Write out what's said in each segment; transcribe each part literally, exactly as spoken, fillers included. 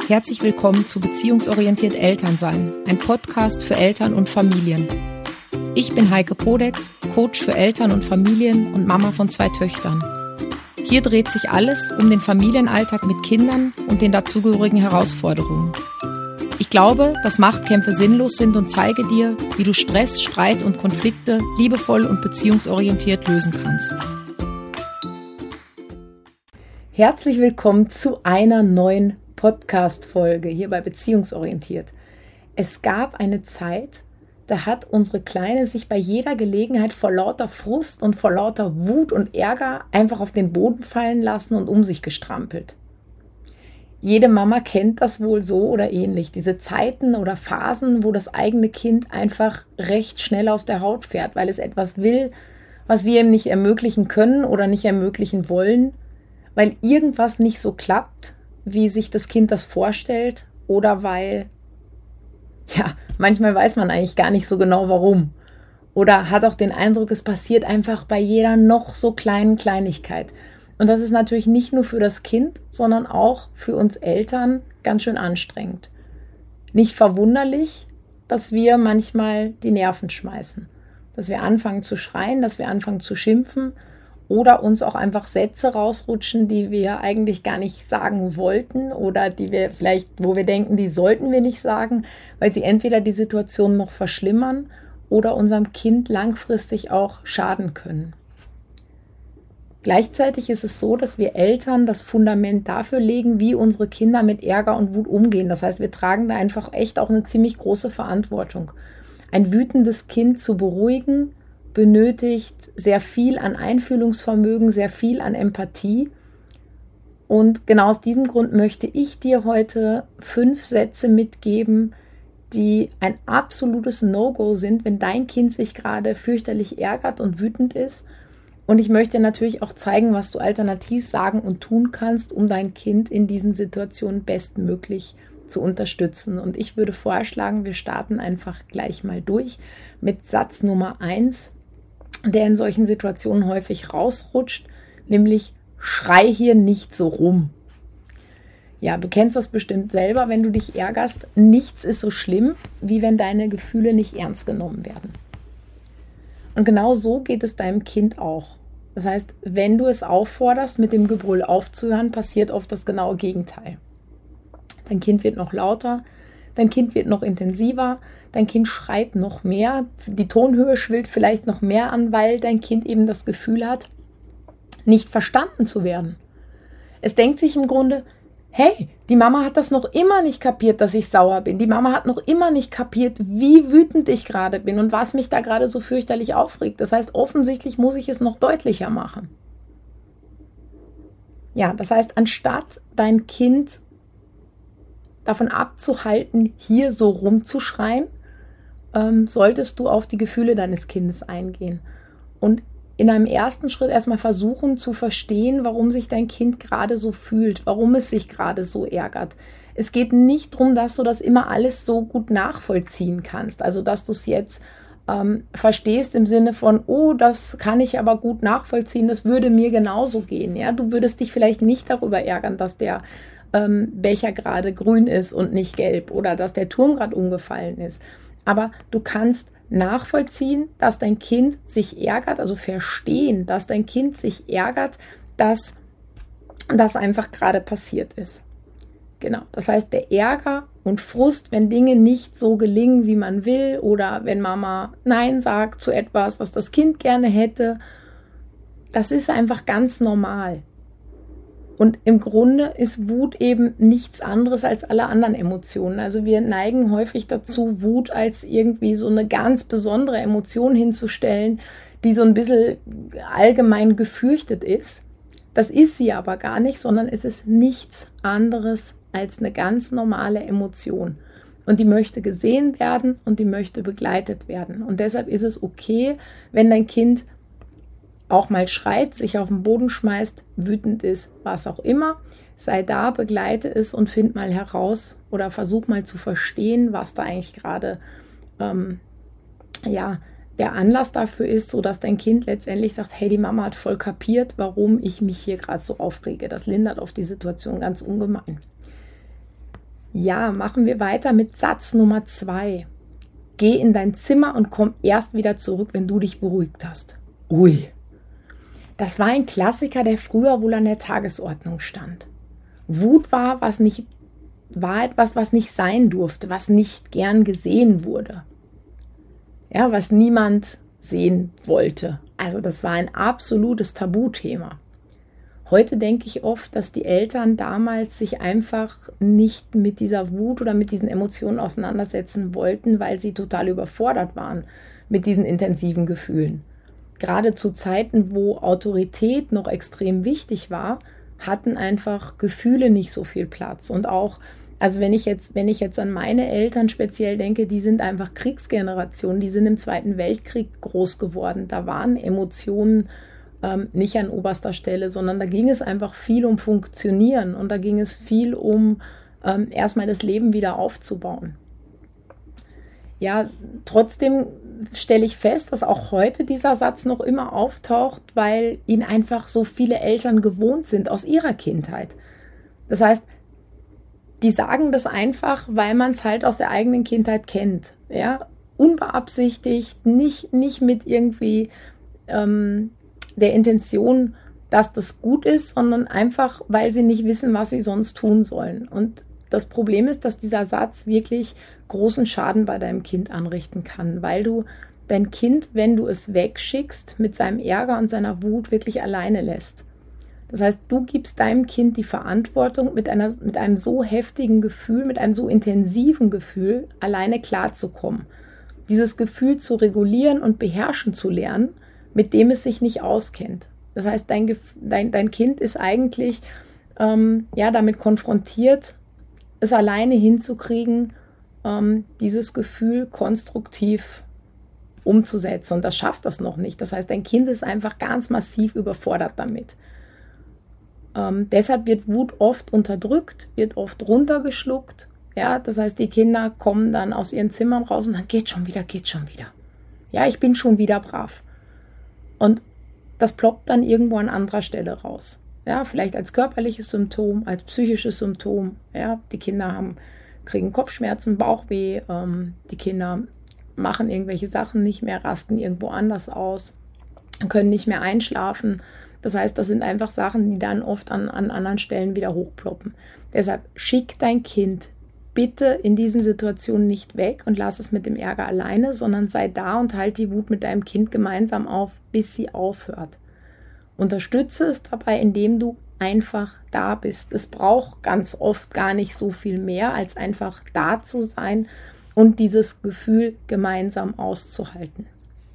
Herzlich willkommen zu Beziehungsorientiert Elternsein, ein Podcast für Eltern und Familien. Ich bin Heike Podek, Coach für Eltern und Familien und Mama von zwei Töchtern. Hier dreht sich alles um den Familienalltag mit Kindern und den dazugehörigen Herausforderungen. Ich glaube, dass Machtkämpfe sinnlos sind und zeige dir, wie du Stress, Streit und Konflikte liebevoll und beziehungsorientiert lösen kannst. Herzlich willkommen zu einer neuen Podcast-Folge hier bei Beziehungsorientiert. Es gab eine Zeit, da hat unsere Kleine sich bei jeder Gelegenheit vor lauter Frust und vor lauter Wut und Ärger einfach auf den Boden fallen lassen und um sich gestrampelt. Jede Mama kennt das wohl so oder ähnlich, diese Zeiten oder Phasen, wo das eigene Kind einfach recht schnell aus der Haut fährt, weil es etwas will, was wir ihm nicht ermöglichen können oder nicht ermöglichen wollen, weil irgendwas nicht so klappt, wie sich das Kind das vorstellt, oder weil, ja, manchmal weiß man eigentlich gar nicht so genau warum. Oder hat auch den Eindruck, es passiert einfach bei jeder noch so kleinen Kleinigkeit. Und das ist natürlich nicht nur für das Kind, sondern auch für uns Eltern ganz schön anstrengend. Nicht verwunderlich, dass wir manchmal die Nerven schmeißen. Dass wir anfangen zu schreien, dass wir anfangen zu schimpfen oder uns auch einfach Sätze rausrutschen, die wir eigentlich gar nicht sagen wollten oder die wir vielleicht, wo wir denken, die sollten wir nicht sagen, weil sie entweder die Situation noch verschlimmern oder unserem Kind langfristig auch schaden können. Gleichzeitig ist es so, dass wir Eltern das Fundament dafür legen, wie unsere Kinder mit Ärger und Wut umgehen. Das heißt, wir tragen da einfach echt auch eine ziemlich große Verantwortung. Ein wütendes Kind zu beruhigen, benötigt sehr viel an Einfühlungsvermögen, sehr viel an Empathie. Und genau aus diesem Grund möchte ich dir heute fünf Sätze mitgeben, die ein absolutes No-Go sind, wenn dein Kind sich gerade fürchterlich ärgert und wütend ist. Und ich möchte natürlich auch zeigen, was du alternativ sagen und tun kannst, um dein Kind in diesen Situationen bestmöglich zu unterstützen. Und ich würde vorschlagen, wir starten einfach gleich mal durch mit Satz Nummer eins, der in solchen Situationen häufig rausrutscht, nämlich schrei hier nicht so rum. Ja, du kennst das bestimmt selber, wenn du dich ärgerst. Nichts ist so schlimm, wie wenn deine Gefühle nicht ernst genommen werden. Und genau so geht es deinem Kind auch. Das heißt, wenn du es aufforderst, mit dem Gebrüll aufzuhören, passiert oft das genaue Gegenteil. Dein Kind wird noch lauter, dein Kind wird noch intensiver, dein Kind schreit noch mehr, die Tonhöhe schwillt vielleicht noch mehr an, weil dein Kind eben das Gefühl hat, nicht verstanden zu werden. Es denkt sich im Grunde, hey, die Mama hat das noch immer nicht kapiert, dass ich sauer bin. Die Mama hat noch immer nicht kapiert, wie wütend ich gerade bin und was mich da gerade so fürchterlich aufregt. Das heißt, offensichtlich muss ich es noch deutlicher machen. Ja, das heißt, anstatt dein Kind davon abzuhalten, hier so rumzuschreien, ähm, solltest du auf die Gefühle deines Kindes eingehen. Und in einem ersten Schritt erstmal versuchen zu verstehen, warum sich dein Kind gerade so fühlt, warum es sich gerade so ärgert. Es geht nicht darum, dass du das immer alles so gut nachvollziehen kannst. Also, dass du es jetzt ähm, verstehst im Sinne von, oh, das kann ich aber gut nachvollziehen, das würde mir genauso gehen. Ja? Du würdest dich vielleicht nicht darüber ärgern, dass der ähm, Becher gerade grün ist und nicht gelb oder dass der Turm gerade umgefallen ist. Aber du kannst nachvollziehen, dass dein Kind sich ärgert, also verstehen, dass dein Kind sich ärgert, dass das einfach gerade passiert ist. Genau, das heißt, der Ärger und Frust, wenn Dinge nicht so gelingen, wie man will, oder wenn Mama Nein sagt zu etwas, was das Kind gerne hätte, das ist einfach ganz normal. Und im Grunde ist Wut eben nichts anderes als alle anderen Emotionen. Also wir neigen häufig dazu, Wut als irgendwie so eine ganz besondere Emotion hinzustellen, die so ein bisschen allgemein gefürchtet ist. Das ist sie aber gar nicht, sondern es ist nichts anderes als eine ganz normale Emotion. Und die möchte gesehen werden und die möchte begleitet werden. Und deshalb ist es okay, wenn dein Kind auch mal schreit, sich auf den Boden schmeißt, wütend ist, was auch immer. Sei da, begleite es und find mal heraus oder versuch mal zu verstehen, was da eigentlich gerade ähm, ja, der Anlass dafür ist, sodass dein Kind letztendlich sagt, hey, die Mama hat voll kapiert, warum ich mich hier gerade so aufrege. Das lindert auf die Situation ganz ungemein. Ja, machen wir weiter mit Satz Nummer zwei. Geh in dein Zimmer und komm erst wieder zurück, wenn du dich beruhigt hast. Ui. Das war ein Klassiker, der früher wohl an der Tagesordnung stand. Wut war, was nicht, war etwas, was nicht sein durfte, was nicht gern gesehen wurde. Ja, was niemand sehen wollte. Also das war ein absolutes Tabuthema. Heute denke ich oft, dass die Eltern damals sich einfach nicht mit dieser Wut oder mit diesen Emotionen auseinandersetzen wollten, weil sie total überfordert waren mit diesen intensiven Gefühlen. Gerade zu Zeiten, wo Autorität noch extrem wichtig war, hatten einfach Gefühle nicht so viel Platz. Und auch, also wenn ich jetzt, wenn ich jetzt an meine Eltern speziell denke, die sind einfach Kriegsgenerationen, die sind im Zweiten Weltkrieg groß geworden. Da waren Emotionen ähm, nicht an oberster Stelle, sondern da ging es einfach viel um Funktionieren und da ging es viel um ähm, erstmal das Leben wieder aufzubauen. Ja, trotzdem stelle ich fest, dass auch heute dieser Satz noch immer auftaucht, weil ihn einfach so viele Eltern gewohnt sind aus ihrer Kindheit. Das heißt, die sagen das einfach, weil man es halt aus der eigenen Kindheit kennt. Ja? Unbeabsichtigt, nicht, nicht mit irgendwie ähm, der Intention, dass das gut ist, sondern einfach, weil sie nicht wissen, was sie sonst tun sollen. Und das Problem ist, dass dieser Satz wirklich großen Schaden bei deinem Kind anrichten kann, weil du dein Kind, wenn du es wegschickst, mit seinem Ärger und seiner Wut wirklich alleine lässt. Das heißt, du gibst deinem Kind die Verantwortung, mit einer, mit einem so heftigen Gefühl, mit einem so intensiven Gefühl alleine klarzukommen. Dieses Gefühl zu regulieren und beherrschen zu lernen, mit dem es sich nicht auskennt. Das heißt, dein, dein, dein Kind ist eigentlich ähm, ja, damit konfrontiert, es alleine hinzukriegen, ähm, dieses Gefühl konstruktiv umzusetzen. Und das schafft das noch nicht. Das heißt, dein Kind ist einfach ganz massiv überfordert damit. Ähm, deshalb wird Wut oft unterdrückt, wird oft runtergeschluckt. Ja, das heißt, die Kinder kommen dann aus ihren Zimmern raus und dann geht schon wieder, geht schon wieder. Ja, ich bin schon wieder brav. Und das ploppt dann irgendwo an anderer Stelle raus. Ja, vielleicht als körperliches Symptom, als psychisches Symptom. Ja, die Kinder haben, kriegen Kopfschmerzen, Bauchweh. Ähm, die Kinder machen irgendwelche Sachen nicht mehr, rasten irgendwo anders aus, können nicht mehr einschlafen. Das heißt, das sind einfach Sachen, die dann oft an, an anderen Stellen wieder hochploppen. Deshalb schick dein Kind bitte in diesen Situationen nicht weg und lass es mit dem Ärger alleine, sondern sei da und halt die Wut mit deinem Kind gemeinsam auf, bis sie aufhört. Unterstütze es dabei, indem du einfach da bist. Es braucht ganz oft gar nicht so viel mehr, als einfach da zu sein und dieses Gefühl gemeinsam auszuhalten.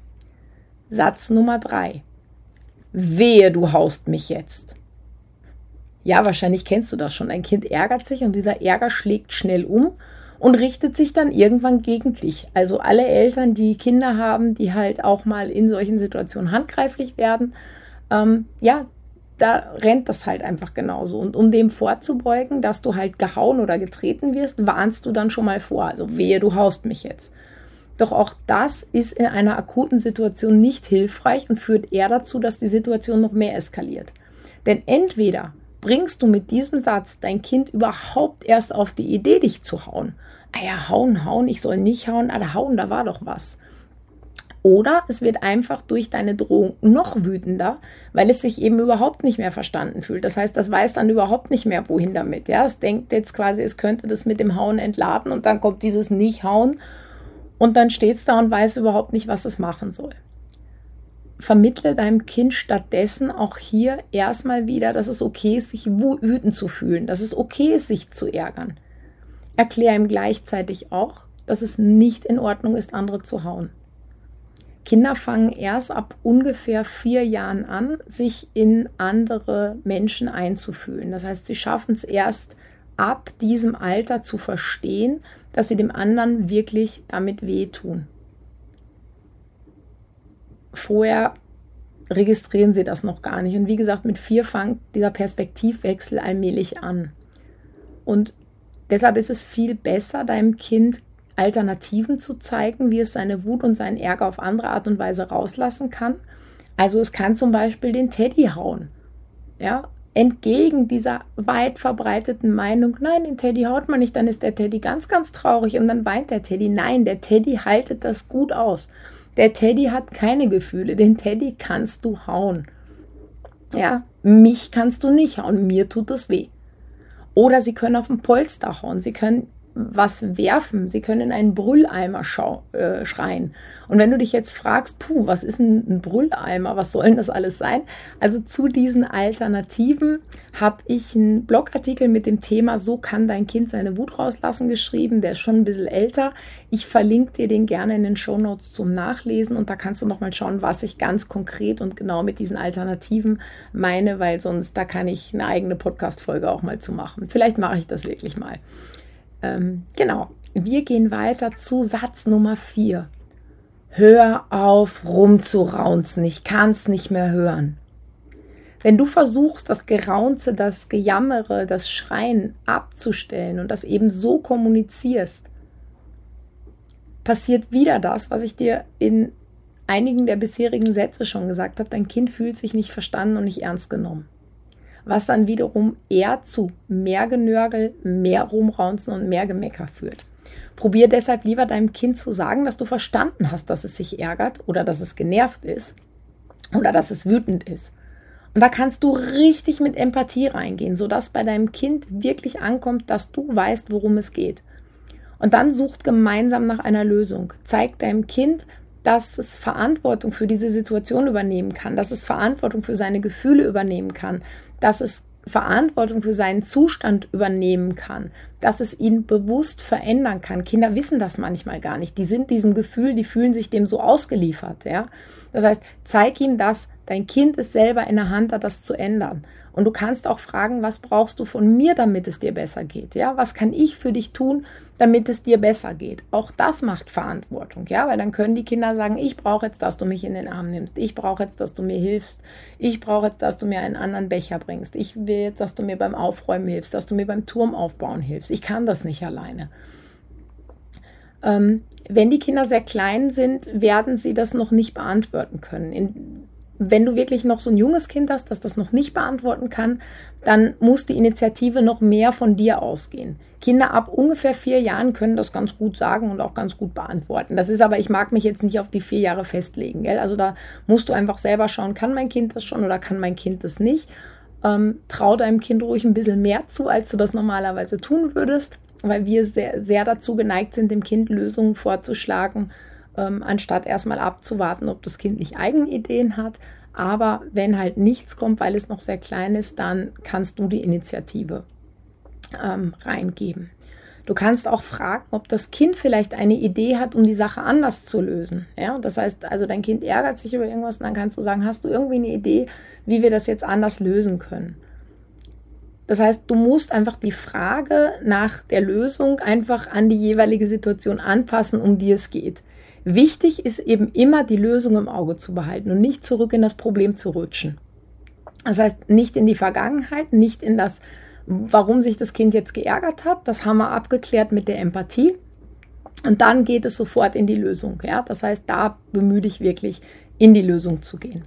Satz Nummer drei. Wehe, du haust mich jetzt. Ja, wahrscheinlich kennst du das schon. Ein Kind ärgert sich und dieser Ärger schlägt schnell um und richtet sich dann irgendwann gegen dich. Also alle Eltern, die Kinder haben, die halt auch mal in solchen Situationen handgreiflich werden, ähm, ja, da rennt das halt einfach genauso. Und um dem vorzubeugen, dass du halt gehauen oder getreten wirst, warnst du dann schon mal vor. Also wehe, du haust mich jetzt. Doch auch das ist in einer akuten Situation nicht hilfreich und führt eher dazu, dass die Situation noch mehr eskaliert. Denn entweder bringst du mit diesem Satz dein Kind überhaupt erst auf die Idee, dich zu hauen. Ah ja, hauen, hauen, ich soll nicht hauen, ah, hauen, da war doch was. Oder es wird einfach durch deine Drohung noch wütender, weil es sich eben überhaupt nicht mehr verstanden fühlt. Das heißt, das weiß dann überhaupt nicht mehr, wohin damit. Ja, es denkt jetzt quasi, es könnte das mit dem Hauen entladen und dann kommt dieses Nicht-Hauen und dann steht es da und weiß überhaupt nicht, was es machen soll. Vermittle deinem Kind stattdessen auch hier erstmal wieder, dass es okay ist, sich wütend zu fühlen, dass es okay ist, sich zu ärgern. Erkläre ihm gleichzeitig auch, dass es nicht in Ordnung ist, andere zu hauen. Kinder fangen erst ab ungefähr vier Jahren an, sich in andere Menschen einzufühlen. Das heißt, sie schaffen es erst ab diesem Alter zu verstehen, dass sie dem anderen wirklich damit wehtun. Vorher registrieren sie das noch gar nicht. Und wie gesagt, mit vier fängt dieser Perspektivwechsel allmählich an. Und deshalb ist es viel besser, deinem Kind Alternativen zu zeigen, wie es seine Wut und seinen Ärger auf andere Art und Weise rauslassen kann. Also es kann zum Beispiel den Teddy hauen. Ja, entgegen dieser weit verbreiteten Meinung, nein, den Teddy haut man nicht, dann ist der Teddy ganz, ganz traurig und dann weint der Teddy. Nein, der Teddy haltet das gut aus. Der Teddy hat keine Gefühle, den Teddy kannst du hauen. Ja, mich kannst du nicht hauen, mir tut es weh. Oder sie können auf den Polster hauen, sie können was werfen, sie können in einen Brülleimer schau, äh, schreien. Und wenn du dich jetzt fragst, puh, was ist ein, ein Brülleimer, was soll denn das alles sein? Also zu diesen Alternativen habe ich einen Blogartikel mit dem Thema, so kann dein Kind seine Wut rauslassen, geschrieben, der ist schon ein bisschen älter. Ich verlinke dir den gerne in den Shownotes zum Nachlesen und da kannst du nochmal schauen, was ich ganz konkret und genau mit diesen Alternativen meine, weil sonst, da kann ich eine eigene Podcast-Folge auch mal zu machen. Vielleicht mache ich das wirklich mal. Ähm, genau, wir gehen weiter zu Satz Nummer vier. Hör auf, rumzuraunzen, ich kann es nicht mehr hören. Wenn du versuchst, das Geraunze, das Gejammere, das Schreien abzustellen und das eben so kommunizierst, passiert wieder das, was ich dir in einigen der bisherigen Sätze schon gesagt habe. Dein Kind fühlt sich nicht verstanden und nicht ernst genommen. Was dann wiederum eher zu mehr Genörgel, mehr Rumraunzen und mehr Gemecker führt. Probier deshalb lieber deinem Kind zu sagen, dass du verstanden hast, dass es sich ärgert oder dass es genervt ist oder dass es wütend ist. Und da kannst du richtig mit Empathie reingehen, sodass bei deinem Kind wirklich ankommt, dass du weißt, worum es geht. Und dann sucht gemeinsam nach einer Lösung. Zeig deinem Kind, dass es Verantwortung für diese Situation übernehmen kann, dass es Verantwortung für seine Gefühle übernehmen kann, dass es Verantwortung für seinen Zustand übernehmen kann, dass es ihn bewusst verändern kann. Kinder wissen das manchmal gar nicht. Die sind diesem Gefühl, die fühlen sich dem so ausgeliefert. Ja? Das heißt, zeig ihm, dass dein Kind es selber in der Hand hat, das zu ändern. Und du kannst auch fragen, was brauchst du von mir, damit es dir besser geht? Ja? Was kann ich für dich tun, damit es dir besser geht? Auch das macht Verantwortung, ja, weil dann können die Kinder sagen, ich brauche jetzt, dass du mich in den Arm nimmst. Ich brauche jetzt, dass du mir hilfst. Ich brauche jetzt, dass du mir einen anderen Becher bringst. Ich will jetzt, dass du mir beim Aufräumen hilfst, dass du mir beim Turm aufbauen hilfst. Ich kann das nicht alleine. Ähm, wenn die Kinder sehr klein sind, werden sie das noch nicht beantworten können. In, Wenn du wirklich noch so ein junges Kind hast, das das noch nicht beantworten kann, dann muss die Initiative noch mehr von dir ausgehen. Kinder ab ungefähr vier Jahren können das ganz gut sagen und auch ganz gut beantworten. Das ist aber, ich mag mich jetzt nicht auf die vier Jahre festlegen, gell? Also da musst du einfach selber schauen, kann mein Kind das schon oder kann mein Kind das nicht. Ähm, trau deinem Kind ruhig ein bisschen mehr zu, als du das normalerweise tun würdest, weil wir sehr, sehr dazu geneigt sind, dem Kind Lösungen vorzuschlagen, Ähm, anstatt erstmal abzuwarten, ob das Kind nicht eigene Ideen hat. Aber wenn halt nichts kommt, weil es noch sehr klein ist, dann kannst du die Initiative ähm, reingeben. Du kannst auch fragen, ob das Kind vielleicht eine Idee hat, um die Sache anders zu lösen. Ja? Das heißt, also dein Kind ärgert sich über irgendwas und dann kannst du sagen, hast du irgendwie eine Idee, wie wir das jetzt anders lösen können? Das heißt, du musst einfach die Frage nach der Lösung einfach an die jeweilige Situation anpassen, um die es geht. Wichtig ist eben immer, die Lösung im Auge zu behalten und nicht zurück in das Problem zu rutschen. Das heißt, nicht in die Vergangenheit, nicht in das, warum sich das Kind jetzt geärgert hat. Das haben wir abgeklärt mit der Empathie. Und dann geht es sofort in die Lösung. Ja? Das heißt, da bemühe dich wirklich, in die Lösung zu gehen.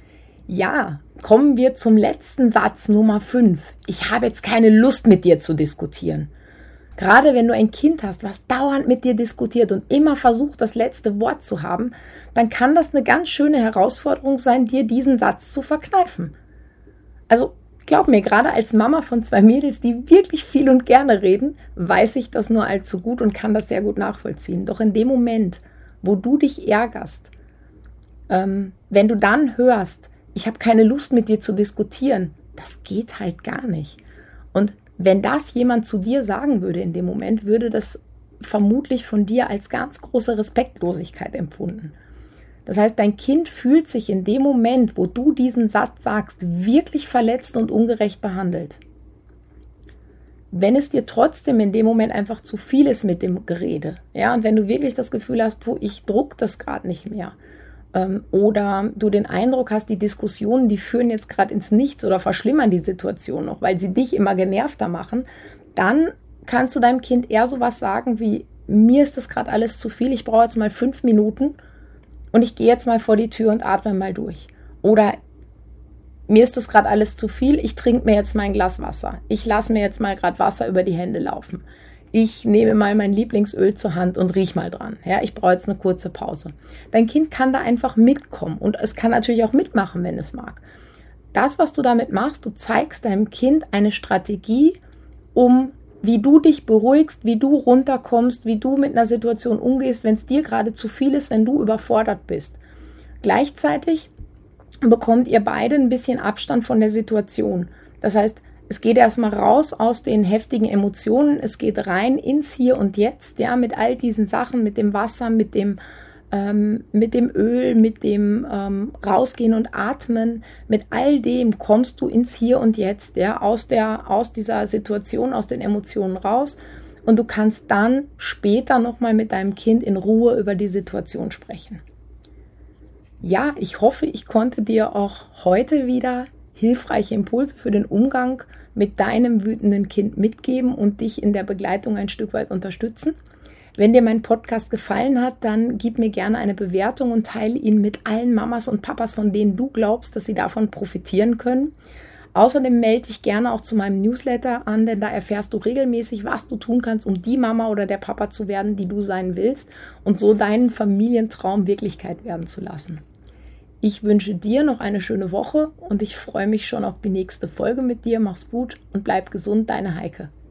Ja, kommen wir zum letzten Satz Nummer fünf. Ich habe jetzt keine Lust, mit dir zu diskutieren. Gerade wenn du ein Kind hast, was dauernd mit dir diskutiert und immer versucht, das letzte Wort zu haben, dann kann das eine ganz schöne Herausforderung sein, dir diesen Satz zu verkneifen. Also glaub mir, gerade als Mama von zwei Mädels, die wirklich viel und gerne reden, weiß ich das nur allzu gut und kann das sehr gut nachvollziehen. Doch in dem Moment, wo du dich ärgerst, ähm, wenn du dann hörst, ich habe keine Lust mit dir zu diskutieren, das geht halt gar nicht. Und wenn das jemand zu dir sagen würde in dem Moment, würde das vermutlich von dir als ganz große Respektlosigkeit empfunden. Das heißt, dein Kind fühlt sich in dem Moment, wo du diesen Satz sagst, wirklich verletzt und ungerecht behandelt. Wenn es dir trotzdem in dem Moment einfach zu viel ist mit dem Gerede, ja, und wenn du wirklich das Gefühl hast, puh, ich druck das gerade nicht mehr, oder du den Eindruck hast, die Diskussionen, die führen jetzt gerade ins Nichts oder verschlimmern die Situation noch, weil sie dich immer genervter machen, dann kannst du deinem Kind eher sowas sagen wie, mir ist das gerade alles zu viel, ich brauche jetzt mal fünf Minuten und ich gehe jetzt mal vor die Tür und atme mal durch. Oder mir ist das gerade alles zu viel, ich trinke mir jetzt mein Glas Wasser. Ich lasse mir jetzt mal gerade Wasser über die Hände laufen. Ich nehme mal mein Lieblingsöl zur Hand und riech mal dran. Ja, ich brauche jetzt eine kurze Pause. Dein Kind kann da einfach mitkommen und es kann natürlich auch mitmachen, wenn es mag. Das, was du damit machst, du zeigst deinem Kind eine Strategie, um wie du dich beruhigst, wie du runterkommst, wie du mit einer Situation umgehst, wenn es dir gerade zu viel ist, wenn du überfordert bist. Gleichzeitig bekommt ihr beide ein bisschen Abstand von der Situation. Das heißt, es geht erstmal raus aus den heftigen Emotionen, es geht rein ins Hier und Jetzt, ja, mit all diesen Sachen, mit dem Wasser, mit dem, ähm, mit dem Öl, mit dem ähm, Rausgehen und Atmen, mit all dem kommst du ins Hier und Jetzt, ja, aus der, aus dieser Situation, aus den Emotionen raus und du kannst dann später nochmal mit deinem Kind in Ruhe über die Situation sprechen. Ja, ich hoffe, ich konnte dir auch heute wieder hilfreiche Impulse für den Umgang mit deinem wütenden Kind mitgeben und dich in der Begleitung ein Stück weit unterstützen. Wenn dir mein Podcast gefallen hat, dann gib mir gerne eine Bewertung und teile ihn mit allen Mamas und Papas, von denen du glaubst, dass sie davon profitieren können. Außerdem melde dich gerne auch zu meinem Newsletter an, denn da erfährst du regelmäßig, was du tun kannst, um die Mama oder der Papa zu werden, die du sein willst und so deinen Familientraum Wirklichkeit werden zu lassen. Ich wünsche dir noch eine schöne Woche und ich freue mich schon auf die nächste Folge mit dir. Mach's gut und bleib gesund, deine Heike.